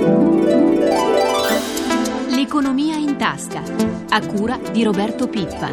L'economia in tasca, a cura di Roberto Pippan.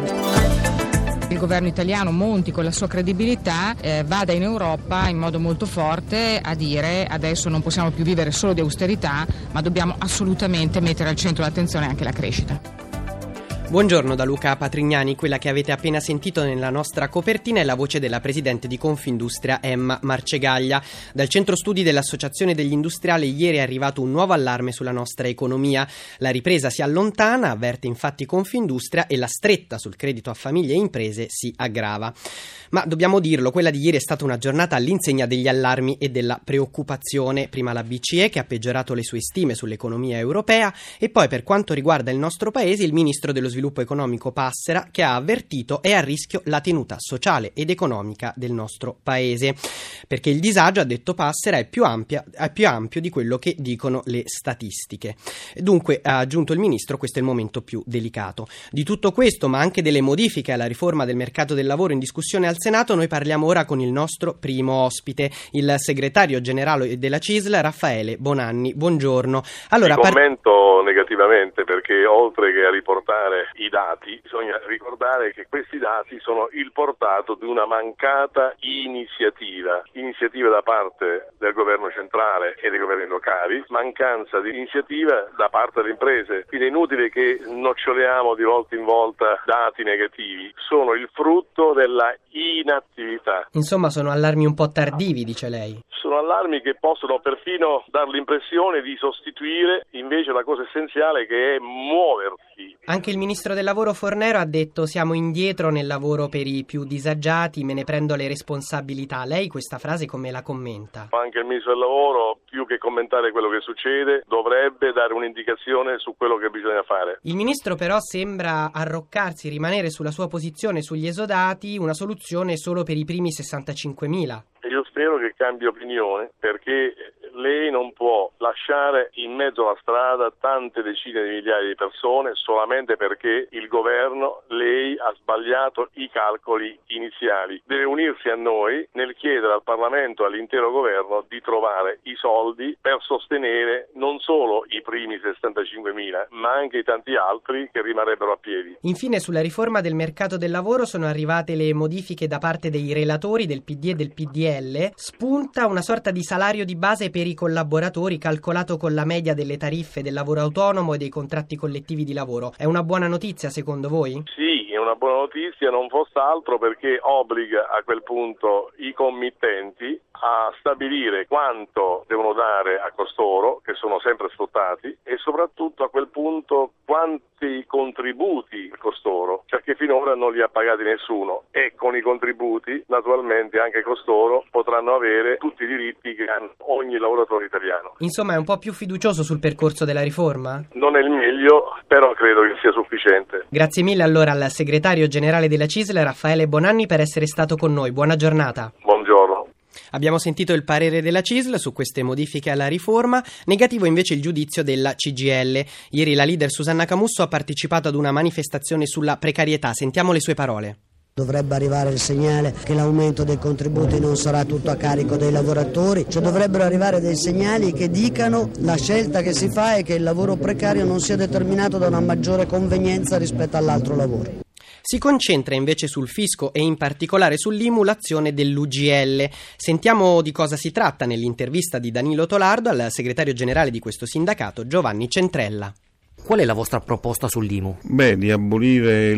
Il governo italiano, Monti, con la sua credibilità, vada in Europa in modo molto forte a dire: adesso non possiamo più vivere solo di austerità, ma dobbiamo assolutamente mettere al centro dell'attenzione anche la crescita. Buongiorno da Luca Patrignani. Quella che avete appena sentito nella nostra copertina è la voce della presidente di Confindustria Emma Marcegaglia. Dal centro studi dell'Associazione degli Industriali ieri è arrivato un nuovo allarme sulla nostra economia. La ripresa si allontana, avverte infatti Confindustria, e la stretta sul credito a famiglie e imprese si aggrava. Ma dobbiamo dirlo, quella di ieri è stata una giornata all'insegna degli allarmi e della preoccupazione. Prima la BCE, che ha peggiorato le sue stime sull'economia europea, e poi, per quanto riguarda il nostro paese, il ministro dello sviluppo economico Passera, che ha avvertito è a rischio la tenuta sociale ed economica del nostro paese, perché il disagio, ha detto Passera, è più ampio di quello che dicono le statistiche. Dunque, ha aggiunto il ministro, questo è il momento più delicato. Di tutto questo, ma anche delle modifiche alla riforma del mercato del lavoro in discussione al Senato, noi parliamo ora con il nostro primo ospite, il segretario generale della CISL, Raffaele Bonanni. Buongiorno. Allora, commento negativamente, perché oltre che a riportare i dati, bisogna ricordare che questi dati sono il portato di una mancata iniziativa da parte del governo centrale e dei governi locali, mancanza di iniziativa da parte delle imprese. Quindi è inutile che noccioliamo di volta in volta dati negativi, sono il frutto della inattività. Insomma, sono allarmi un po' tardivi, dice lei. Sono allarmi che possono perfino dar l'impressione di sostituire invece la cosa essenziale, che è muoversi. Anche il ministro del lavoro Fornero ha detto: siamo indietro nel lavoro per i più disagiati, me ne prendo le responsabilità. Lei questa frase come la commenta? Anche il ministro del lavoro, più che commentare quello che succede, dovrebbe dare un'indicazione su quello che bisogna fare. Il ministro però sembra arroccarsi, rimanere sulla sua posizione sugli esodati, una soluzione solo per i primi 65.000. Io spero che cambi opinione, perché lei non può lasciare in mezzo alla strada tante decine di migliaia di persone solamente perché il governo, lei, ha sbagliato i calcoli iniziali. Deve unirsi a noi nel chiedere al Parlamento e all'intero governo di trovare i soldi per sostenere non solo i primi 65.000, ma anche i tanti altri che rimarrebbero a piedi. Infine, sulla riforma del mercato del lavoro sono arrivate le modifiche da parte dei relatori del PD e del PDL. Spunta una sorta di salario di base per i collaboratori calcolato con la media delle tariffe del lavoro autonomo e dei contratti collettivi di lavoro. È una buona notizia secondo voi? Sì, è una buona notizia, non fosse altro perché obbliga a quel punto i committenti a stabilire quanto devono dare a costoro, che sono sempre sfruttati, e soprattutto a quel punto quanti contributi a costoro, perché finora non li ha pagati nessuno, e con i contributi naturalmente anche costoro potranno avere tutti i diritti che hanno ogni lavoratore italiano. Insomma, è un po' più fiducioso sul percorso della riforma? Non è il meglio, però credo che sia sufficiente. Grazie mille allora al segretario generale della CISL, Raffaele Bonanni, per essere stato con noi. Buona giornata. Buongiorno. Abbiamo sentito il parere della CISL su queste modifiche alla riforma, negativo invece il giudizio della CGIL. Ieri la leader Susanna Camusso ha partecipato ad una manifestazione sulla precarietà. Sentiamo le sue parole. Dovrebbe arrivare il segnale che l'aumento dei contributi non sarà tutto a carico dei lavoratori, cioè dovrebbero arrivare dei segnali che dicano la scelta che si fa è che il lavoro precario non sia determinato da una maggiore convenienza rispetto all'altro lavoro. Si concentra invece sul fisco e in particolare sull'IMU l'azione dell'UGL. Sentiamo di cosa si tratta nell'intervista di Danilo Tolardo al segretario generale di questo sindacato, Giovanni Centrella. Qual è la vostra proposta sull'IMU? Di abolire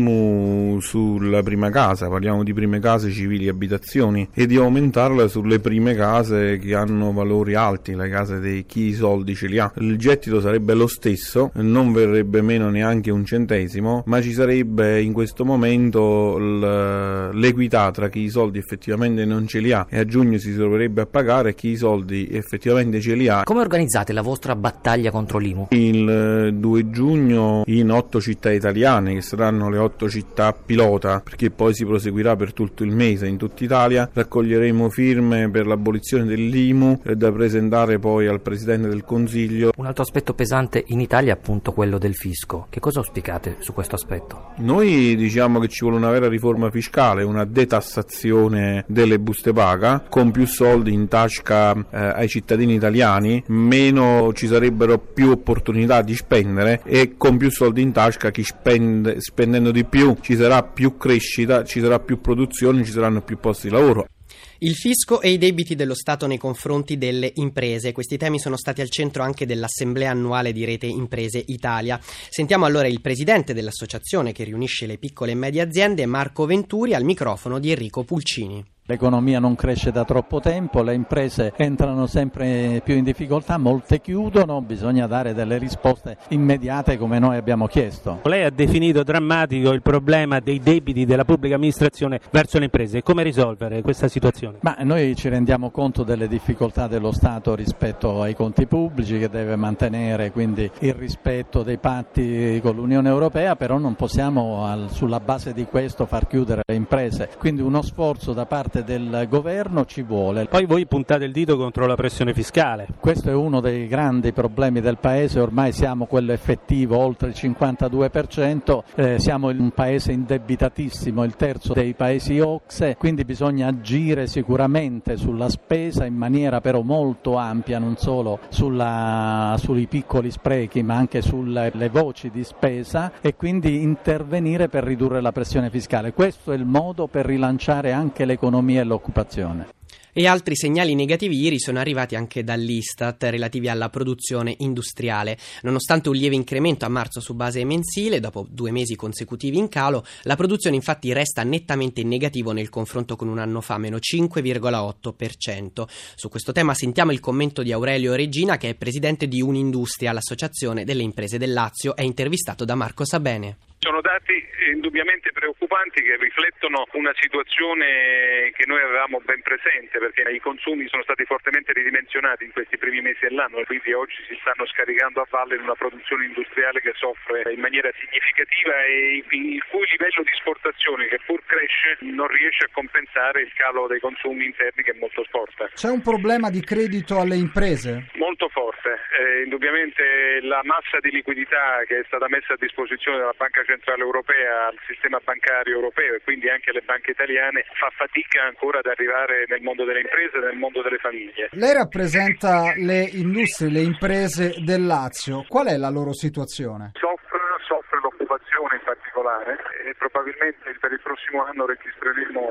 l'IMU sulla prima casa, parliamo di prime case civili e abitazioni, e di aumentarla sulle prime case che hanno valori alti, le case di chi i soldi ce li ha. Il gettito sarebbe lo stesso, non verrebbe meno neanche un centesimo, ma ci sarebbe in questo momento l'equità tra chi i soldi effettivamente non ce li ha e a giugno si troverebbe a pagare e chi i soldi effettivamente ce li ha. Come organizzate la vostra battaglia contro l'IMU? Il 2 giugno in 8 città italiane, che saranno le 8 città pilota, perché poi si proseguirà per tutto il mese in tutta Italia. Raccoglieremo firme per l'abolizione dell'IMU da presentare poi al Presidente del Consiglio. Un altro aspetto pesante in Italia è appunto quello del fisco. Che cosa auspicate su questo aspetto? Noi diciamo che ci vuole una vera riforma fiscale, una detassazione delle buste paga, con più soldi in tasca ai cittadini italiani, meno ci sarebbero più opportunità di spendere, e con più soldi in tasca chi spendendo di più ci sarà più crescita, ci sarà più produzione, ci saranno più posti di lavoro. Il fisco e i debiti dello Stato nei confronti delle imprese. Questi temi sono stati al centro anche dell'Assemblea annuale di Rete Imprese Italia. Sentiamo allora il presidente dell'associazione che riunisce le piccole e medie aziende, Marco Venturi, al microfono di Enrico Pulcini. L'economia non cresce da troppo tempo, le imprese entrano sempre più in difficoltà, molte chiudono, bisogna dare delle risposte immediate come noi abbiamo chiesto. Lei ha definito drammatico il problema dei debiti della pubblica amministrazione verso le imprese. Come risolvere questa situazione? Ma noi ci rendiamo conto delle difficoltà dello Stato rispetto ai conti pubblici, che deve mantenere quindi il rispetto dei patti con l'Unione Europea, però non possiamo sulla base di questo far chiudere le imprese, quindi uno sforzo da parte del governo ci vuole. Poi voi puntate il dito contro la pressione fiscale. Questo è uno dei grandi problemi del paese, ormai siamo quello effettivo oltre il 52%, siamo un paese indebitatissimo, il terzo dei paesi OCSE, quindi bisogna agire sicuramente sulla spesa in maniera però molto ampia, non solo sui piccoli sprechi ma anche sulle voci di spesa, e quindi intervenire per ridurre la pressione fiscale. Questo è il modo per rilanciare anche l'economia e l'occupazione. E altri segnali negativi ieri sono arrivati anche dall'Istat relativi alla produzione industriale. Nonostante un lieve incremento a marzo su base mensile, dopo 2 mesi consecutivi in calo, la produzione infatti resta nettamente in negativo nel confronto con un anno fa, meno 5,8%. Su questo tema sentiamo il commento di Aurelio Regina, che è presidente di Unindustria, l'associazione delle imprese del Lazio, è intervistato da Marco Sabene. Sono dati indubbiamente preoccupanti che riflettono una situazione che noi avevamo ben presente, perché i consumi sono stati fortemente ridimensionati in questi primi mesi dell'anno e quindi oggi si stanno scaricando a valle in una produzione industriale che soffre in maniera significativa e il cui livello di esportazione, che pur cresce, non riesce a compensare il calo dei consumi interni, che è molto forte. C'è un problema di credito alle imprese? Molto forte. Indubbiamente la massa di liquidità che è stata messa a disposizione dalla Banca Centrale Europea al sistema bancario europeo e quindi anche alle banche italiane fa fatica ancora ad arrivare nel mondo delle imprese e nel mondo delle famiglie. Lei rappresenta le industrie, le imprese del Lazio. Qual è la loro situazione? Soffre l'occupazione in particolare e probabilmente per il prossimo anno registreremo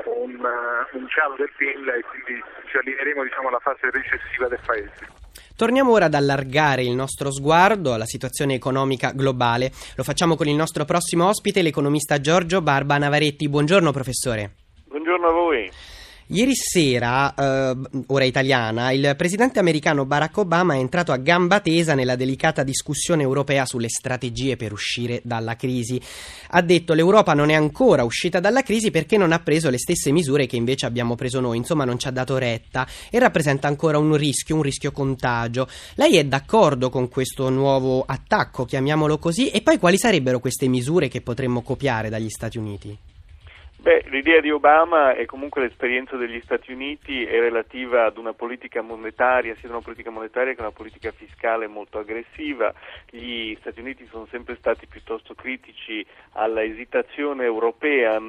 un calo del PIL e quindi ci allineeremo alla fase recessiva del paese. Torniamo ora ad allargare il nostro sguardo alla situazione economica globale. Lo facciamo con il nostro prossimo ospite, l'economista Giorgio Barba Navaretti. Buongiorno professore. Buongiorno a voi. Ieri sera, ora italiana, il presidente americano Barack Obama è entrato a gamba tesa nella delicata discussione europea sulle strategie per uscire dalla crisi. Ha detto: l'Europa non è ancora uscita dalla crisi perché non ha preso le stesse misure che invece abbiamo preso noi, insomma non ci ha dato retta e rappresenta ancora un rischio contagio. Lei è d'accordo con questo nuovo attacco, chiamiamolo così, e poi quali sarebbero queste misure che potremmo copiare dagli Stati Uniti? L'idea di Obama e comunque l'esperienza degli Stati Uniti è relativa ad una politica monetaria, sia una politica monetaria che una politica fiscale molto aggressiva. Gli Stati Uniti sono sempre stati piuttosto critici alla esitazione europea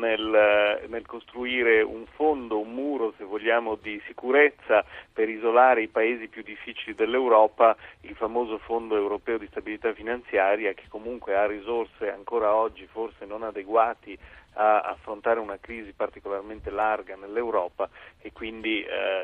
nel costruire un fondo, un muro, se vogliamo, di sicurezza per isolare i paesi più difficili dell'Europa, il famoso Fondo Europeo di Stabilità Finanziaria, che comunque ha risorse ancora oggi forse non adeguati a affrontare una crisi particolarmente larga nell'Europa e quindi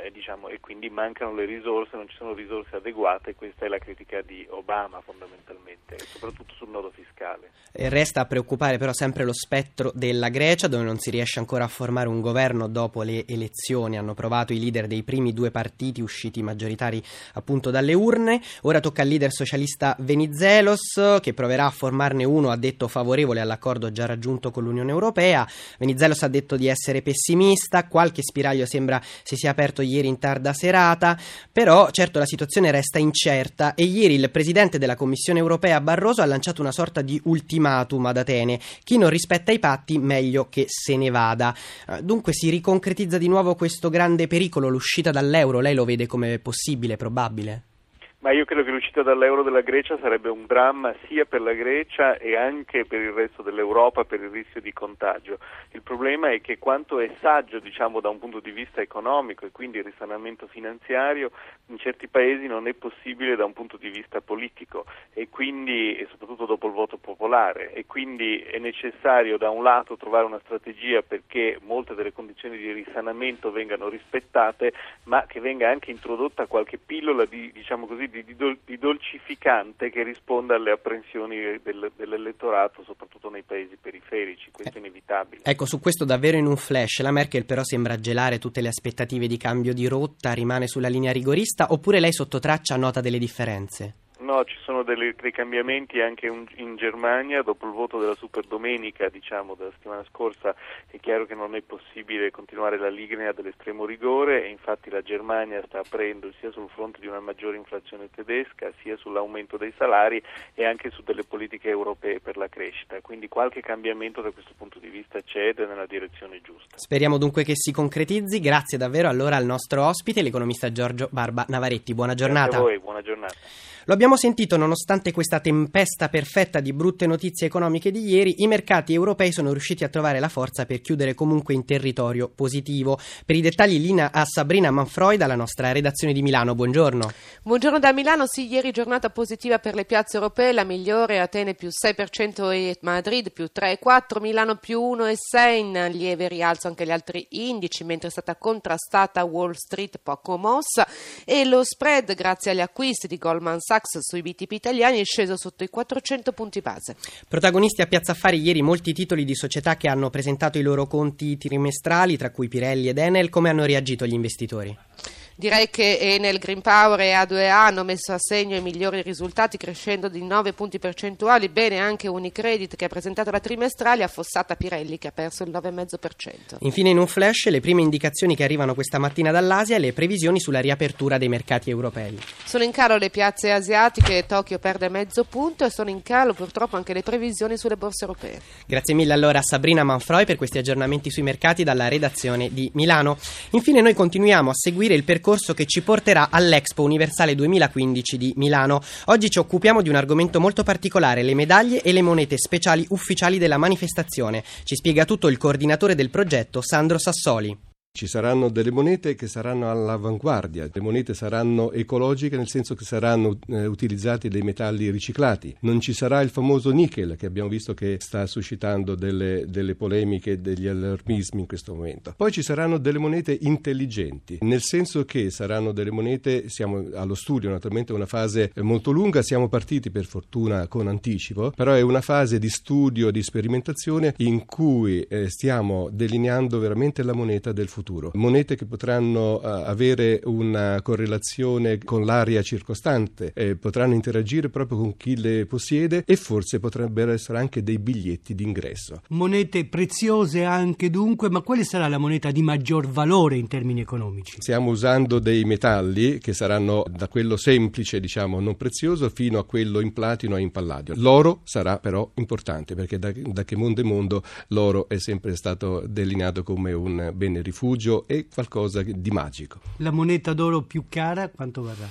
mancano le risorse, non ci sono risorse adeguate. Questa è la critica di Obama fondamentalmente, soprattutto sul nodo fiscale. Resta a preoccupare però sempre lo spettro della Grecia, dove non si riesce ancora a formare un governo dopo le elezioni. Hanno provato i leader dei primi 2 partiti usciti maggioritari appunto dalle urne. Ora tocca al leader socialista Venizelos, che proverà a formarne uno, ha detto, favorevole all'accordo già raggiunto con l'Unione Europea. Europea. Venizelos ha detto di essere pessimista, qualche spiraglio sembra si sia aperto ieri in tarda serata, però certo la situazione resta incerta e ieri il presidente della Commissione Europea Barroso ha lanciato una sorta di ultimatum ad Atene: chi non rispetta i patti meglio che se ne vada. Dunque si riconcretizza di nuovo questo grande pericolo, l'uscita dall'euro. Lei lo vede come possibile, probabile? Ma io credo che l'uscita dall'euro della Grecia sarebbe un dramma sia per la Grecia e anche per il resto dell'Europa, per il rischio di contagio. Il problema è che quanto è saggio, da un punto di vista economico e quindi il risanamento finanziario, in certi paesi non è possibile da un punto di vista politico e soprattutto dopo il voto popolare, e quindi è necessario da un lato trovare una strategia perché molte delle condizioni di risanamento vengano rispettate, ma che venga anche introdotta qualche pillola di dolcificante che risponda alle apprensioni dell'elettorato, soprattutto nei paesi periferici. Questo è inevitabile. Ecco, su questo davvero in un flash, la Merkel però sembra gelare tutte le aspettative di cambio di rotta, rimane sulla linea rigorista, oppure lei sotto traccia nota delle differenze? No, ci sono dei cambiamenti anche in Germania. Dopo il voto della Superdomenica, della settimana scorsa, è chiaro che non è possibile continuare la linea dell'estremo rigore e infatti la Germania sta aprendo sia sul fronte di una maggiore inflazione tedesca, sia sull'aumento dei salari e anche su delle politiche europee per la crescita. Quindi qualche cambiamento da questo punto di vista c'è ed è nella direzione giusta. Speriamo dunque che si concretizzi. Grazie davvero allora al nostro ospite, l'economista Giorgio Barba Navaretti. Buona giornata. Grazie a voi, buona giornata. Lo abbiamo sentito, nonostante questa tempesta perfetta di brutte notizie economiche di ieri, i mercati europei sono riusciti a trovare la forza per chiudere comunque in territorio positivo. Per i dettagli linea a Sabrina Manfroi dalla nostra redazione di Milano. Buongiorno. Buongiorno da Milano. Sì, ieri giornata positiva per le piazze europee, la migliore Atene più 6% e Madrid più 3,4%, Milano più 1,6%, in lieve rialzo anche gli altri indici, mentre è stata contrastata Wall Street poco mossa e lo spread, grazie agli acquisti di Goldman Sachs sui BTP italiani, è sceso sotto i 400 punti base. Protagonisti a Piazza Affari ieri molti titoli di società che hanno presentato i loro conti trimestrali, tra cui Pirelli ed Enel. Come hanno reagito gli investitori? Direi che Enel, Green Power e A2A hanno messo a segno i migliori risultati, crescendo di 9 punti percentuali. Bene anche Unicredit, che ha presentato la trimestrale, affossata Pirelli, che ha perso il 9,5%. Infine, in un flash, le prime indicazioni che arrivano questa mattina dall'Asia e le previsioni sulla riapertura dei mercati europei. Sono in calo le piazze asiatiche, Tokyo perde mezzo punto e sono in calo purtroppo anche le previsioni sulle borse europee. Grazie mille allora a Sabrina Manfroi per questi aggiornamenti sui mercati dalla redazione di Milano. Infine noi continuiamo a seguire il percorso che ci porterà all'Expo Universale 2015 di Milano. Oggi ci occupiamo di un argomento molto particolare: le medaglie e le monete speciali ufficiali della manifestazione. Ci spiega tutto il coordinatore del progetto, Sandro Sassoli. Ci saranno delle monete che saranno all'avanguardia, le monete saranno ecologiche nel senso che saranno utilizzati dei metalli riciclati, non ci sarà il famoso nickel che abbiamo visto che sta suscitando delle polemiche, degli allarmismi in questo momento. Poi ci saranno delle monete intelligenti, nel senso che saranno delle monete, siamo allo studio, naturalmente è una fase molto lunga, siamo partiti per fortuna con anticipo, però è una fase di studio, di sperimentazione in cui stiamo delineando veramente la moneta del futuro. Monete che potranno avere una correlazione con l'area circostante, potranno interagire proprio con chi le possiede e forse potrebbero essere anche dei biglietti d'ingresso. Monete preziose anche dunque, ma quale sarà la moneta di maggior valore in termini economici? Stiamo usando dei metalli che saranno da quello semplice, non prezioso, fino a quello in platino e in palladio. L'oro sarà però importante perché da che mondo è mondo l'oro è sempre stato delineato come un bene rifugio e qualcosa di magico. La moneta d'oro più cara quanto varrà?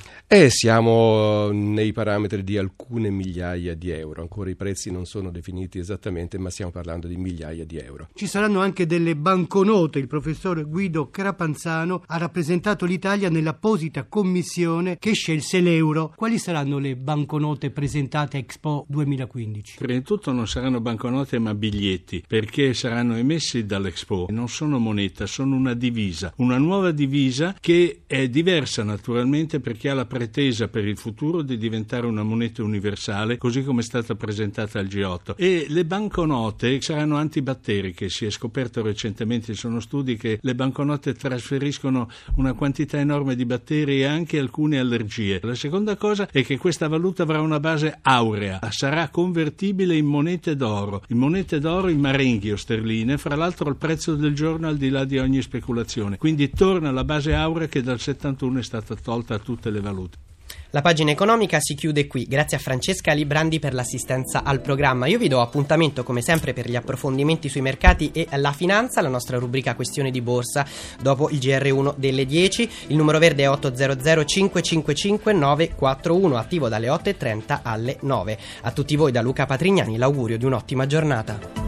Siamo nei parametri di alcune migliaia di euro, ancora i prezzi non sono definiti esattamente, ma stiamo parlando di migliaia di euro. Ci saranno anche delle banconote. Il professor Guido Crapanzano ha rappresentato l'Italia nell'apposita commissione che scelse l'euro. Quali saranno le banconote presentate a Expo 2015? Prima di tutto non saranno banconote ma biglietti, perché saranno emessi dall'Expo. Non sono moneta, sono una una nuova divisa che è diversa naturalmente per chi ha la pretesa per il futuro di diventare una moneta universale, così come è stata presentata al G8. E le banconote saranno antibatteriche. Si è scoperto recentemente, ci sono studi che le banconote trasferiscono una quantità enorme di batteri e anche alcune allergie. La seconda cosa è che questa valuta avrà una base aurea, sarà convertibile in monete d'oro, in marenghi o sterline, fra l'altro al prezzo del giorno, al di là di ogni speculazione. Quindi torna la base aurea che dal 71 è stata tolta a tutte le valute. La pagina economica si chiude qui, grazie a Francesca Librandi per l'assistenza al programma. Io vi do appuntamento come sempre per gli approfondimenti sui mercati e la finanza, la nostra rubrica Questioni di Borsa dopo il GR1 delle 10. Il numero verde è 800 555 941, attivo dalle 8:30 alle 9. A tutti voi da Luca Patrignani l'augurio di un'ottima giornata.